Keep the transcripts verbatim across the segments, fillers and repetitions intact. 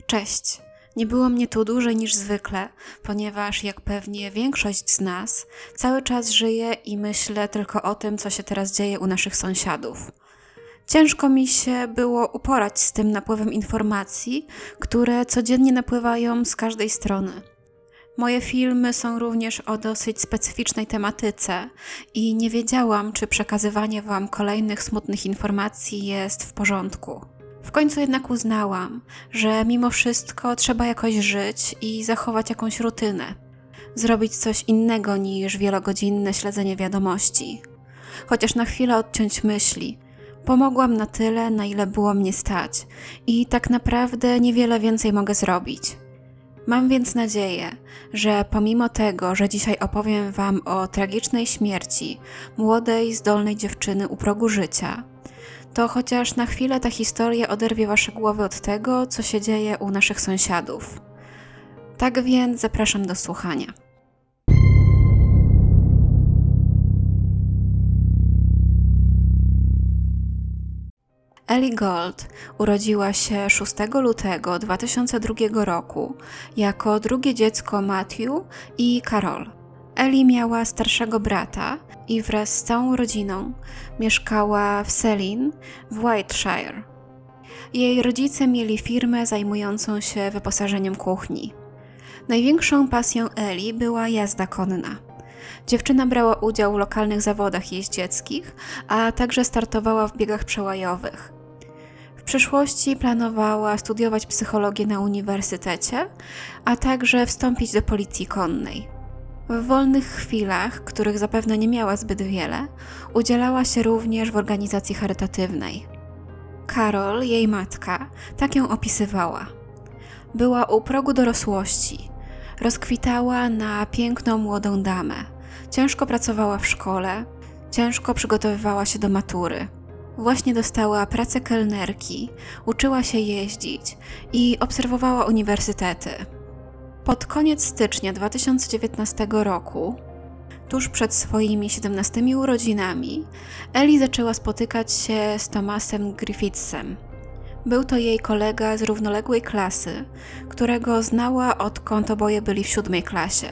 Cześć! Nie było mnie tu dłużej niż zwykle, ponieważ jak pewnie większość z nas, cały czas żyję i myślę tylko o tym, co się teraz dzieje u naszych sąsiadów. Ciężko mi się było uporać z tym napływem informacji, które codziennie napływają z każdej strony. Moje filmy są również o dosyć specyficznej tematyce i nie wiedziałam, czy przekazywanie Wam kolejnych smutnych informacji jest w porządku. W końcu jednak uznałam, że mimo wszystko trzeba jakoś żyć i zachować jakąś rutynę. Zrobić coś innego niż wielogodzinne śledzenie wiadomości. Chociaż na chwilę odciąć myśli. Pomogłam na tyle, na ile było mnie stać i tak naprawdę niewiele więcej mogę zrobić. Mam więc nadzieję, że pomimo tego, że dzisiaj opowiem Wam o tragicznej śmierci młodej, zdolnej dziewczyny u progu życia, to chociaż na chwilę ta historia oderwie Wasze głowy od tego, co się dzieje u naszych sąsiadów. Tak więc zapraszam do słuchania. Ellie Gold urodziła się szóstego lutego dwa tysiące drugiego roku jako drugie dziecko Matthew i Carol. Ellie miała starszego brata i wraz z całą rodziną mieszkała w Selin w Wiltshire. Jej rodzice mieli firmę zajmującą się wyposażeniem kuchni. Największą pasją Ellie była jazda konna. Dziewczyna brała udział w lokalnych zawodach jeździeckich, a także startowała w biegach przełajowych. W przyszłości planowała studiować psychologię na uniwersytecie, a także wstąpić do policji konnej. W wolnych chwilach, których zapewne nie miała zbyt wiele, udzielała się również w organizacji charytatywnej. Carol, jej matka, tak ją opisywała. Była u progu dorosłości. Rozkwitała na piękną młodą damę. Ciężko pracowała w szkole, ciężko przygotowywała się do matury. Właśnie dostała pracę kelnerki, uczyła się jeździć i obserwowała uniwersytety. Pod koniec stycznia dwa tysiące dziewiętnastego roku, tuż przed swoimi siedemnastymi urodzinami, Ellie zaczęła spotykać się z Thomasem Griffithsem. Był to jej kolega z równoległej klasy, którego znała, odkąd oboje byli w siódmej klasie.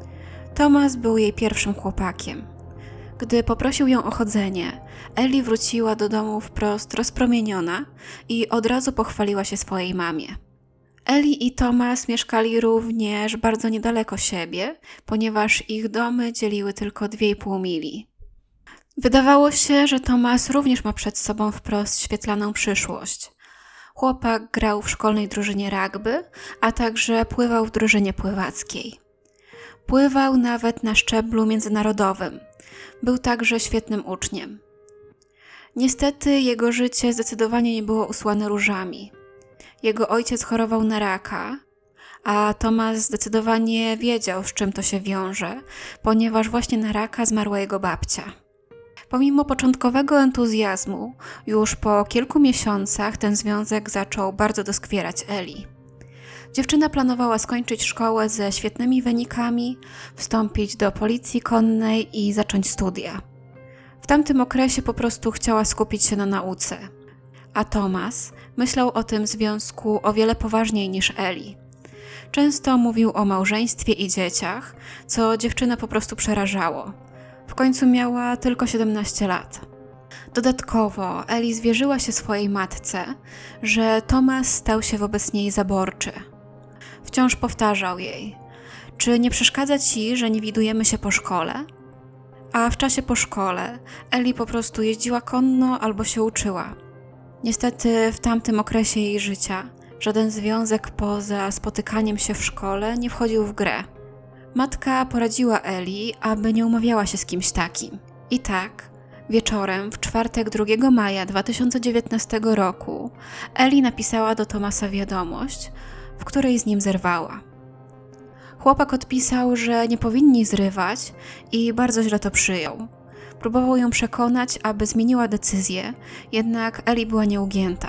Thomas był jej pierwszym chłopakiem. Gdy poprosił ją o chodzenie, Ellie wróciła do domu wprost rozpromieniona i od razu pochwaliła się swojej mamie. Ellie i Thomas mieszkali również bardzo niedaleko siebie, ponieważ ich domy dzieliły tylko dwie i pół mili. Wydawało się, że Thomas również ma przed sobą wprost świetlaną przyszłość. Chłopak grał w szkolnej drużynie rugby, a także pływał w drużynie pływackiej. Pływał nawet na szczeblu międzynarodowym. Był także świetnym uczniem. Niestety jego życie zdecydowanie nie było usłane różami. Jego ojciec chorował na raka, a Thomas zdecydowanie wiedział, z czym to się wiąże, ponieważ właśnie na raka zmarła jego babcia. Pomimo początkowego entuzjazmu, już po kilku miesiącach ten związek zaczął bardzo doskwierać Ellie. Dziewczyna planowała skończyć szkołę ze świetnymi wynikami, wstąpić do policji konnej i zacząć studia. W tamtym okresie po prostu chciała skupić się na nauce. A Thomas myślał o tym związku o wiele poważniej niż Ellie. Często mówił o małżeństwie i dzieciach, co dziewczynę po prostu przerażało. W końcu miała tylko siedemnaście lat. Dodatkowo Ellie zwierzyła się swojej matce, że Thomas stał się wobec niej zaborczy. Wciąż powtarzał jej: czy nie przeszkadza ci, że nie widujemy się po szkole? A w czasie po szkole Ellie po prostu jeździła konno albo się uczyła. Niestety w tamtym okresie jej życia żaden związek poza spotykaniem się w szkole nie wchodził w grę. Matka poradziła Ellie, aby nie umawiała się z kimś takim. I tak, wieczorem w czwartek drugiego maja dwa tysiące dziewiętnastego roku Ellie napisała do Thomasa wiadomość, w której z nim zerwała. Chłopak odpisał, że nie powinni zrywać i bardzo źle to przyjął. Próbował ją przekonać, aby zmieniła decyzję, jednak Ellie była nieugięta.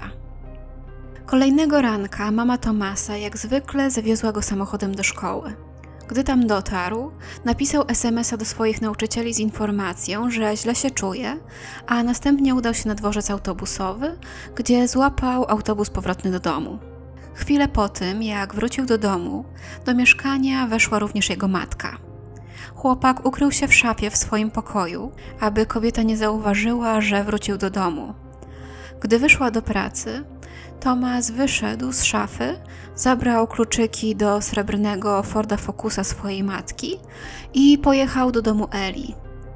Kolejnego ranka mama Thomasa jak zwykle zawiozła go samochodem do szkoły. Gdy tam dotarł, napisał es em es a do swoich nauczycieli z informacją, że źle się czuje, a następnie udał się na dworzec autobusowy, gdzie złapał autobus powrotny do domu. Chwilę po tym, jak wrócił do domu, do mieszkania weszła również jego matka. Chłopak ukrył się w szafie w swoim pokoju, aby kobieta nie zauważyła, że wrócił do domu. Gdy wyszła do pracy, Thomas wyszedł z szafy, zabrał kluczyki do srebrnego Forda Focusa swojej matki i pojechał do domu Eli.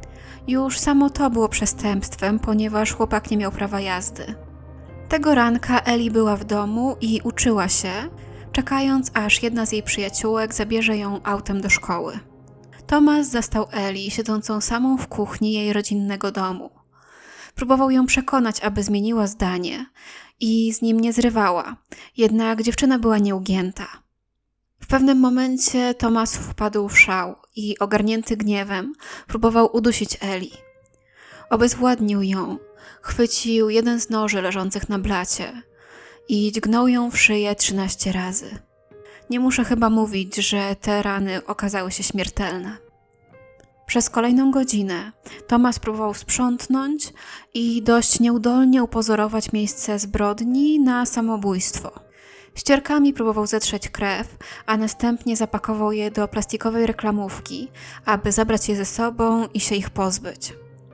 Już samo to było przestępstwem, ponieważ chłopak nie miał prawa jazdy. Tego ranka Eli była w domu i uczyła się, czekając aż jedna z jej przyjaciółek zabierze ją autem do szkoły. Thomas zastał Eli siedzącą samą w kuchni jej rodzinnego domu. Próbował ją przekonać, aby zmieniła zdanie i z nim nie zrywała, jednak dziewczyna była nieugięta. W pewnym momencie Thomas wpadł w szał i ogarnięty gniewem próbował udusić Eli. Obezwładnił ją, chwycił jeden z noży leżących na blacie i dźgnął ją w szyję trzynaście razy. Nie muszę chyba mówić, że te rany okazały się śmiertelne. Przez kolejną godzinę Thomas próbował sprzątnąć i dość nieudolnie upozorować miejsce zbrodni na samobójstwo. Ścierkami próbował zetrzeć krew, a następnie zapakował je do plastikowej reklamówki, aby zabrać je ze sobą i się ich pozbyć.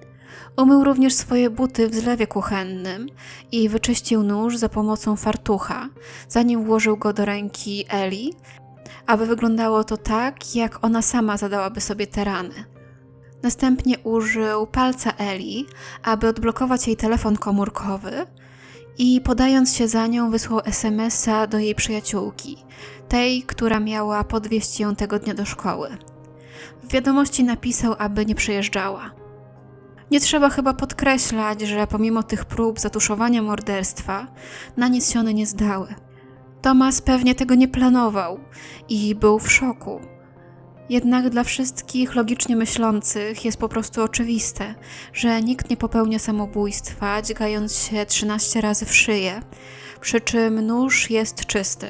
Umył również swoje buty w zlewie kuchennym i wyczyścił nóż za pomocą fartucha, zanim włożył go do ręki Eli, aby wyglądało to tak, jak ona sama zadałaby sobie te rany. Następnie użył palca Eli, aby odblokować jej telefon komórkowy i podając się za nią wysłał es em es a do jej przyjaciółki, tej, która miała podwieźć ją tego dnia do szkoły. W wiadomości napisał, aby nie przyjeżdżała. Nie trzeba chyba podkreślać, że pomimo tych prób zatuszowania morderstwa, na nic się one nie zdały. Thomas pewnie tego nie planował i był w szoku. Jednak dla wszystkich logicznie myślących jest po prostu oczywiste, że nikt nie popełnia samobójstwa, dźgając się trzynaście razy w szyję, przy czym nóż jest czysty.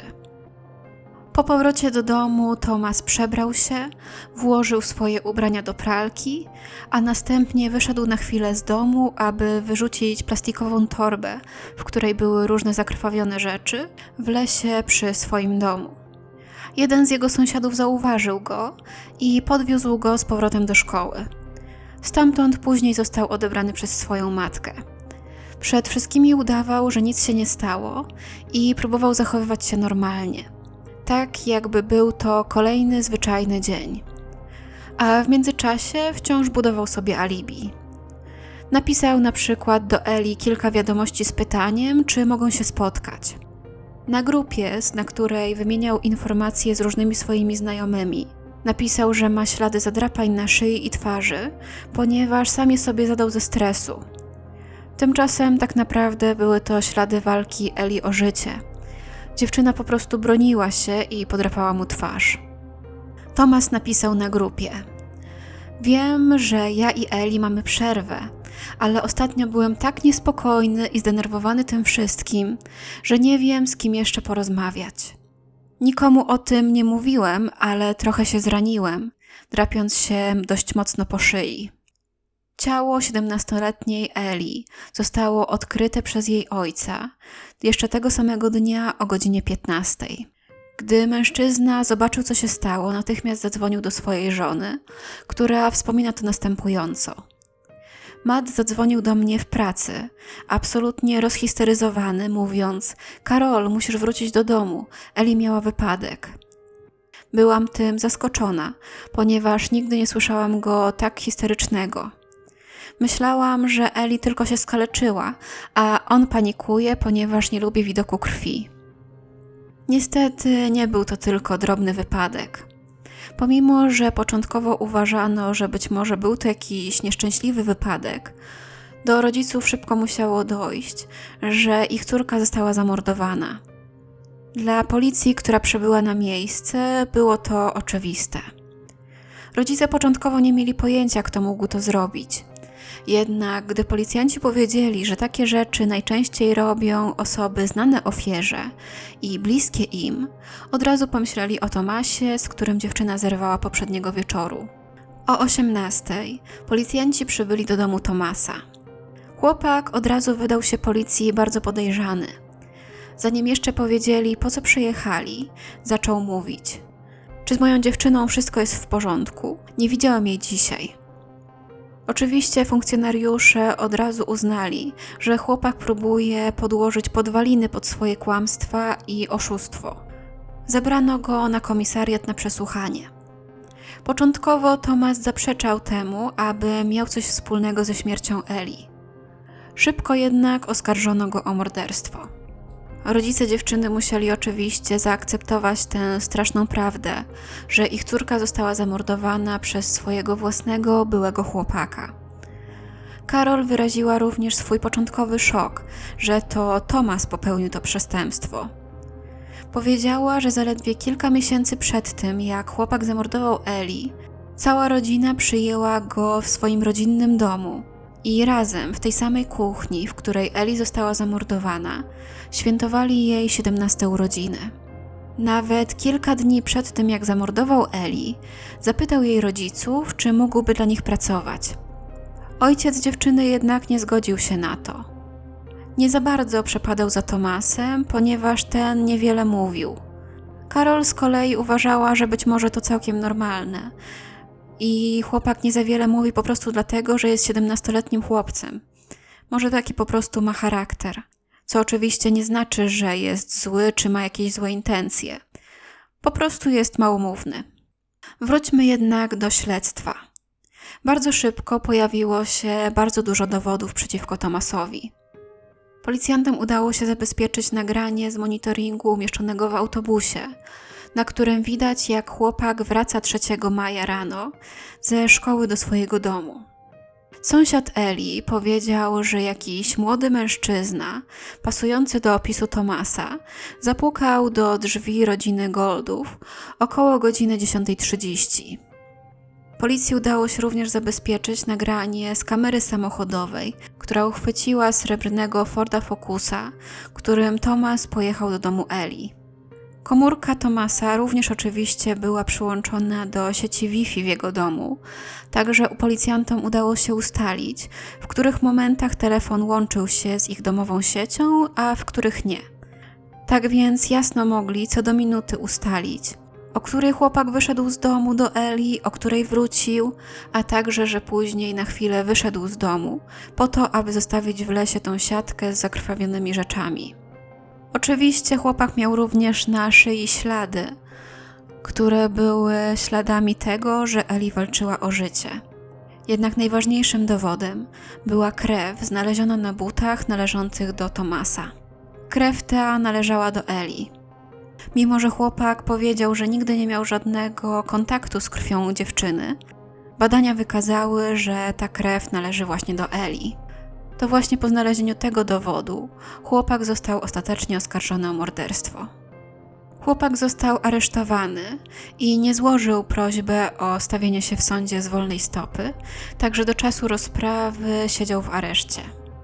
Po powrocie do domu Thomas przebrał się, włożył swoje ubrania do pralki, a następnie wyszedł na chwilę z domu, aby wyrzucić plastikową torbę, w której były różne zakrwawione rzeczy, w lesie przy swoim domu. Jeden z jego sąsiadów zauważył go i podwiózł go z powrotem do szkoły. Stamtąd później został odebrany przez swoją matkę. Przed wszystkimi udawał, że nic się nie stało i próbował zachowywać się normalnie. Tak, jakby był to kolejny zwyczajny dzień. A w międzyczasie wciąż budował sobie alibi. Napisał na przykład do Eli kilka wiadomości z pytaniem, czy mogą się spotkać. Na grupie, na której wymieniał informacje z różnymi swoimi znajomymi, napisał, że ma ślady zadrapań na szyi i twarzy, ponieważ sam je sobie zadał ze stresu. Tymczasem tak naprawdę były to ślady walki Eli o życie. Dziewczyna po prostu broniła się i podrapała mu twarz. Thomas napisał na grupie: wiem, że ja i Eli mamy przerwę, ale ostatnio byłem tak niespokojny i zdenerwowany tym wszystkim, że nie wiem, z kim jeszcze porozmawiać. Nikomu o tym nie mówiłem, ale trochę się zraniłem, drapiąc się dość mocno po szyi. Ciało siedemnastoletniej Eli zostało odkryte przez jej ojca jeszcze tego samego dnia o godzinie piętnastej. Gdy mężczyzna zobaczył, co się stało, natychmiast zadzwonił do swojej żony, która wspomina to następująco. Matt zadzwonił do mnie w pracy, absolutnie rozhisteryzowany, mówiąc: Karol, musisz wrócić do domu, Eli miała wypadek. Byłam tym zaskoczona, ponieważ nigdy nie słyszałam go tak histerycznego. Myślałam, że Eli tylko się skaleczyła, a on panikuje, ponieważ nie lubi widoku krwi. Niestety nie był to tylko drobny wypadek. Pomimo, że początkowo uważano, że być może był to jakiś nieszczęśliwy wypadek, do rodziców szybko musiało dojść, że ich córka została zamordowana. Dla policji, która przybyła na miejsce, było to oczywiste. Rodzice początkowo nie mieli pojęcia, kto mógł to zrobić. Jednak gdy policjanci powiedzieli, że takie rzeczy najczęściej robią osoby znane ofierze i bliskie im, od razu pomyśleli o Thomasie, z którym dziewczyna zerwała poprzedniego wieczoru. O osiemnastej policjanci przybyli do domu Thomasa. Chłopak od razu wydał się policji bardzo podejrzany. Zanim jeszcze powiedzieli, po co przyjechali, zaczął mówić: czy z moją dziewczyną wszystko jest w porządku? Nie widziałem jej dzisiaj. Oczywiście funkcjonariusze od razu uznali, że chłopak próbuje podłożyć podwaliny pod swoje kłamstwa i oszustwo. Zabrano go na komisariat na przesłuchanie. Początkowo Thomas zaprzeczał temu, aby miał coś wspólnego ze śmiercią Eli. Szybko jednak oskarżono go o morderstwo. Rodzice dziewczyny musieli oczywiście zaakceptować tę straszną prawdę, że ich córka została zamordowana przez swojego własnego byłego chłopaka. Carol wyraziła również swój początkowy szok, że to Thomas popełnił to przestępstwo. Powiedziała, że zaledwie kilka miesięcy przed tym, jak chłopak zamordował Eli, cała rodzina przyjęła go w swoim rodzinnym domu i razem w tej samej kuchni, w której Eli została zamordowana, świętowali jej siedemnaste urodziny. Nawet kilka dni przed tym, jak zamordował Eli, zapytał jej rodziców, czy mógłby dla nich pracować. Ojciec dziewczyny jednak nie zgodził się na to. Nie za bardzo przepadał za Thomasem, ponieważ ten niewiele mówił. Carol z kolei uważała, że być może to całkiem normalne i chłopak nie za wiele mówi po prostu dlatego, że jest siedemnastoletnim chłopcem. Może taki po prostu ma charakter, co oczywiście nie znaczy, że jest zły czy ma jakieś złe intencje. Po prostu jest małomówny. Wróćmy jednak do śledztwa. Bardzo szybko pojawiło się bardzo dużo dowodów przeciwko Thomasowi. Policjantom udało się zabezpieczyć nagranie z monitoringu umieszczonego w autobusie, na którym widać, jak chłopak wraca trzeciego maja rano ze szkoły do swojego domu. Sąsiad Eli powiedział, że jakiś młody mężczyzna, pasujący do opisu Thomasa, zapukał do drzwi rodziny Goldów około godziny dziesiąta trzydzieści. Policji udało się również zabezpieczyć nagranie z kamery samochodowej, która uchwyciła srebrnego Forda Focusa, którym Thomas pojechał do domu Eli. Komórka Thomasa również oczywiście była przyłączona do sieci Wi-Fi w jego domu, także policjantom udało się ustalić, w których momentach telefon łączył się z ich domową siecią, a w których nie. Tak więc jasno mogli co do minuty ustalić, o której chłopak wyszedł z domu do Eli, o której wrócił, a także, że później na chwilę wyszedł z domu, po to, aby zostawić w lesie tą siatkę z zakrwawionymi rzeczami. Oczywiście chłopak miał również na szyi ślady, które były śladami tego, że Eli walczyła o życie. Jednak najważniejszym dowodem była krew znaleziona na butach należących do Thomasa. Krew ta należała do Eli. Mimo że chłopak powiedział, że nigdy nie miał żadnego kontaktu z krwią dziewczyny, badania wykazały, że ta krew należy właśnie do Eli. To właśnie po znalezieniu tego dowodu chłopak został ostatecznie oskarżony o morderstwo. Chłopak został aresztowany i nie złożył prośbę o stawienie się w sądzie z wolnej stopy, także do czasu rozprawy siedział w areszcie.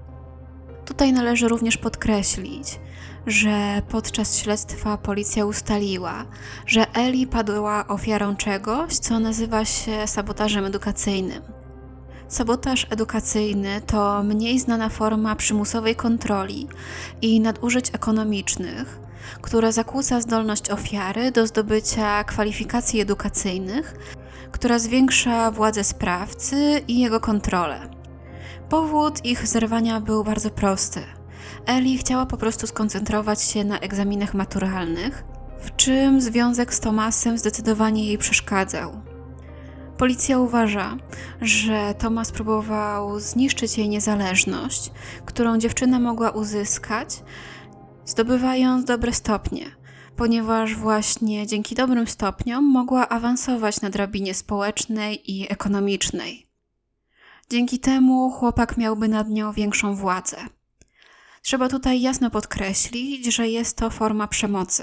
Tutaj należy również podkreślić, że podczas śledztwa policja ustaliła, że Eli padła ofiarą czegoś, co nazywa się sabotażem edukacyjnym. Sabotaż edukacyjny to mniej znana forma przymusowej kontroli i nadużyć ekonomicznych, która zakłóca zdolność ofiary do zdobycia kwalifikacji edukacyjnych, która zwiększa władzę sprawcy i jego kontrolę. Powód ich zerwania był bardzo prosty. Eli chciała po prostu skoncentrować się na egzaminach maturalnych, w czym związek z Thomasem zdecydowanie jej przeszkadzał. Policja uważa, że Thomas próbował zniszczyć jej niezależność, którą dziewczyna mogła uzyskać, zdobywając dobre stopnie, ponieważ właśnie dzięki dobrym stopniom mogła awansować na drabinie społecznej i ekonomicznej. Dzięki temu chłopak miałby nad nią większą władzę. Trzeba tutaj jasno podkreślić, że jest to forma przemocy.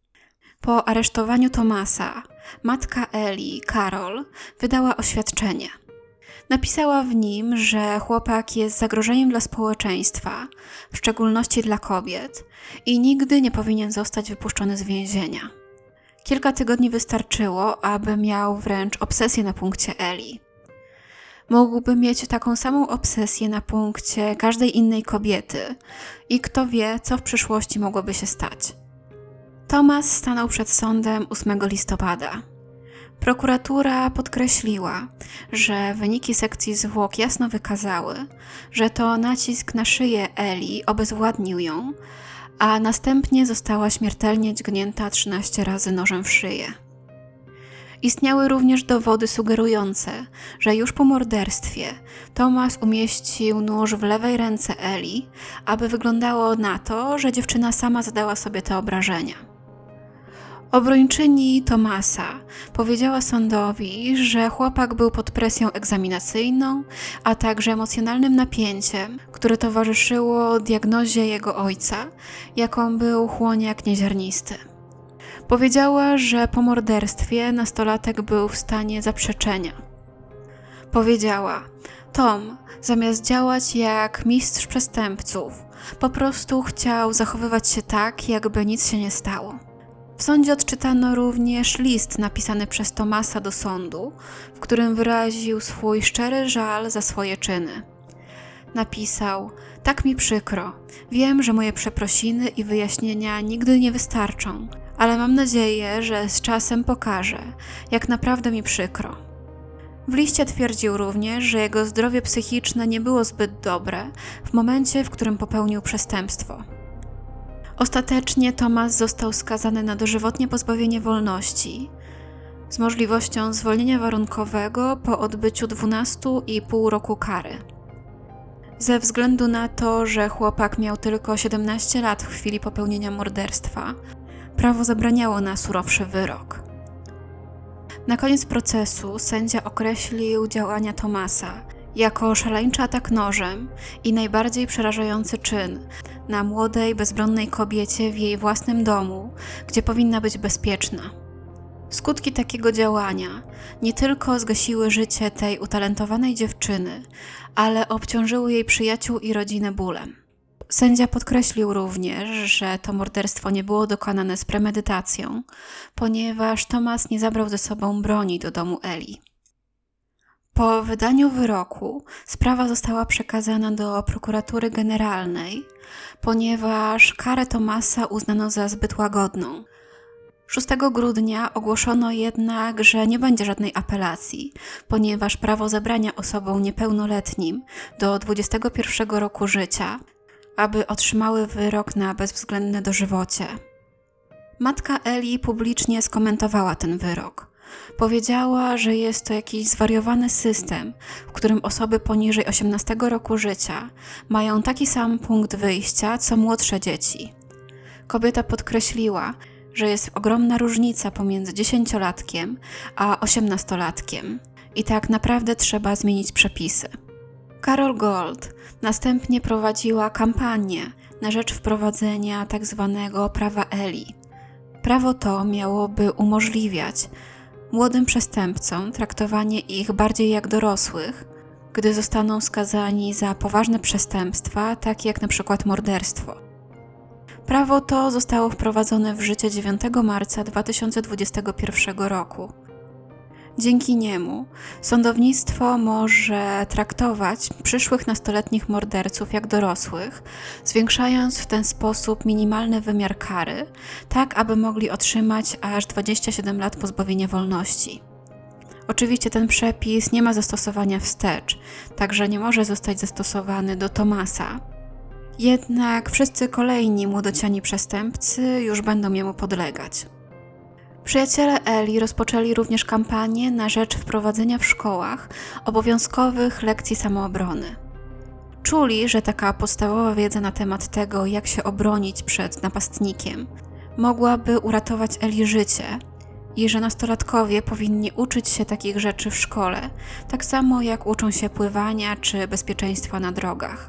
Po aresztowaniu Thomasa, matka Eli, Carol, wydała oświadczenie. Napisała w nim, że chłopak jest zagrożeniem dla społeczeństwa, w szczególności dla kobiet, i nigdy nie powinien zostać wypuszczony z więzienia. Kilka tygodni wystarczyło, aby miał wręcz obsesję na punkcie Eli. Mógłby mieć taką samą obsesję na punkcie każdej innej kobiety i kto wie, co w przyszłości mogłoby się stać. Thomas stanął przed sądem ósmego listopada. Prokuratura podkreśliła, że wyniki sekcji zwłok jasno wykazały, że to nacisk na szyję Eli obezwładnił ją, a następnie została śmiertelnie dźgnięta trzynaście razy nożem w szyję. Istniały również dowody sugerujące, że już po morderstwie Thomas umieścił nóż w lewej ręce Eli, aby wyglądało na to, że dziewczyna sama zadała sobie te obrażenia. Obrończyni Thomasa powiedziała sądowi, że chłopak był pod presją egzaminacyjną, a także emocjonalnym napięciem, które towarzyszyło diagnozie jego ojca, jaką był chłoniak nieziarnisty. Powiedziała, że po morderstwie nastolatek był w stanie zaprzeczenia. Powiedziała: Tom, zamiast działać jak mistrz przestępców, po prostu chciał zachowywać się tak, jakby nic się nie stało. W sądzie odczytano również list napisany przez Thomasa do sądu, w którym wyraził swój szczery żal za swoje czyny. Napisał: tak mi przykro, wiem, że moje przeprosiny i wyjaśnienia nigdy nie wystarczą, ale mam nadzieję, że z czasem pokażę, jak naprawdę mi przykro. W liście twierdził również, że jego zdrowie psychiczne nie było zbyt dobre w momencie, w którym popełnił przestępstwo. Ostatecznie Thomas został skazany na dożywotnie pozbawienie wolności z możliwością zwolnienia warunkowego po odbyciu dwunastu i pół roku kary. Ze względu na to, że chłopak miał tylko siedemnaście lat w chwili popełnienia morderstwa, prawo zabraniało na surowszy wyrok. Na koniec procesu sędzia określił działania Thomasa jako szaleńczy atak nożem i najbardziej przerażający czyn na młodej, bezbronnej kobiecie w jej własnym domu, gdzie powinna być bezpieczna. Skutki takiego działania nie tylko zgasiły życie tej utalentowanej dziewczyny, ale obciążyły jej przyjaciół i rodzinę bólem. Sędzia podkreślił również, że to morderstwo nie było dokonane z premedytacją, ponieważ Thomas nie zabrał ze sobą broni do domu Eli. Po wydaniu wyroku sprawa została przekazana do prokuratury generalnej, ponieważ karę Thomasa uznano za zbyt łagodną. szóstego grudnia ogłoszono jednak, że nie będzie żadnej apelacji, ponieważ prawo zabrania osobom niepełnoletnim do dwudziestego pierwszego roku życia, aby otrzymały wyrok na bezwzględne dożywocie. Matka Eli publicznie skomentowała ten wyrok. Powiedziała, że jest to jakiś zwariowany system, w którym osoby poniżej osiemnastego roku życia mają taki sam punkt wyjścia, co młodsze dzieci. Kobieta podkreśliła, że jest ogromna różnica pomiędzy dziesięciolatkiem a osiemnastolatkiem i tak naprawdę trzeba zmienić przepisy. Carol Gold następnie prowadziła kampanię na rzecz wprowadzenia tzw. prawa Eli. Prawo to miałoby umożliwiać młodym przestępcom traktowanie ich bardziej jak dorosłych, gdy zostaną skazani za poważne przestępstwa, takie jak na przykład morderstwo. Prawo to zostało wprowadzone w życie dziewiątego marca dwa tysiące dwudziestego pierwszego roku. Dzięki niemu sądownictwo może traktować przyszłych nastoletnich morderców jak dorosłych, zwiększając w ten sposób minimalny wymiar kary, tak aby mogli otrzymać aż dwadzieścia siedem lat pozbawienia wolności. Oczywiście ten przepis nie ma zastosowania wstecz, także nie może zostać zastosowany do Thomasa. Jednak wszyscy kolejni młodociani przestępcy już będą jemu podlegać. Przyjaciele Eli rozpoczęli również kampanię na rzecz wprowadzenia w szkołach obowiązkowych lekcji samoobrony. Czuli, że taka podstawowa wiedza na temat tego, jak się obronić przed napastnikiem, mogłaby uratować Eli życie i że nastolatkowie powinni uczyć się takich rzeczy w szkole, tak samo jak uczą się pływania czy bezpieczeństwa na drogach.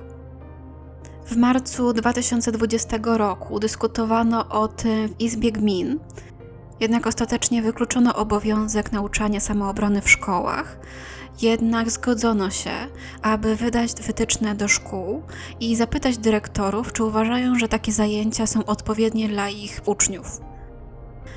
W marcu dwa tysiące dwudziestego roku dyskutowano o tym w Izbie Gmin, jednak ostatecznie wykluczono obowiązek nauczania samoobrony w szkołach, jednak zgodzono się, aby wydać wytyczne do szkół i zapytać dyrektorów, czy uważają, że takie zajęcia są odpowiednie dla ich uczniów.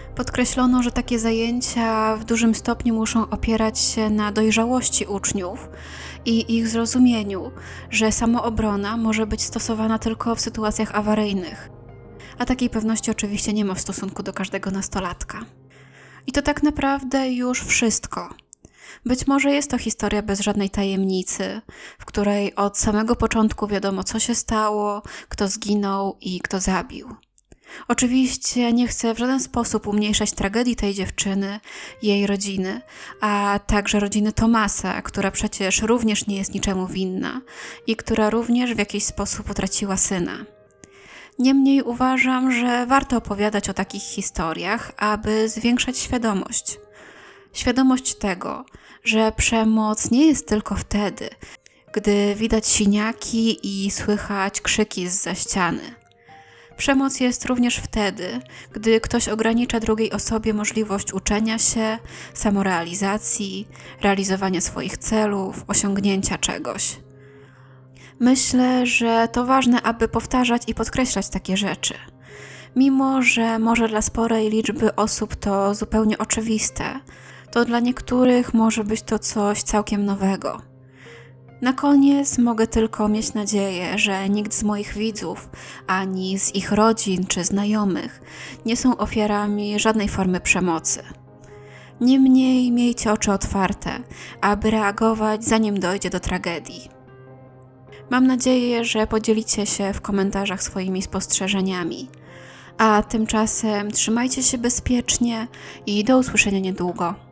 Podkreślono, że takie zajęcia w dużym stopniu muszą opierać się na dojrzałości uczniów i ich zrozumieniu, że samoobrona może być stosowana tylko w sytuacjach awaryjnych. A takiej pewności oczywiście nie ma w stosunku do każdego nastolatka. I to tak naprawdę już wszystko. Być może jest to historia bez żadnej tajemnicy, w której od samego początku wiadomo, co się stało, kto zginął i kto zabił. Oczywiście nie chcę w żaden sposób umniejszać tragedii tej dziewczyny, jej rodziny, a także rodziny Thomasa, która przecież również nie jest niczemu winna i która również w jakiś sposób utraciła syna. Niemniej uważam, że warto opowiadać o takich historiach, aby zwiększać świadomość. Świadomość tego, że przemoc nie jest tylko wtedy, gdy widać siniaki i słychać krzyki zza ściany. Przemoc jest również wtedy, gdy ktoś ogranicza drugiej osobie możliwość uczenia się, samorealizacji, realizowania swoich celów, osiągnięcia czegoś. Myślę, że to ważne, aby powtarzać i podkreślać takie rzeczy. Mimo że może dla sporej liczby osób to zupełnie oczywiste, to dla niektórych może być to coś całkiem nowego. Na koniec mogę tylko mieć nadzieję, że nikt z moich widzów, ani z ich rodzin czy znajomych nie są ofiarami żadnej formy przemocy. Niemniej miejcie oczy otwarte, aby reagować, zanim dojdzie do tragedii. Mam nadzieję, że podzielicie się w komentarzach swoimi spostrzeżeniami. A tymczasem trzymajcie się bezpiecznie i do usłyszenia niedługo.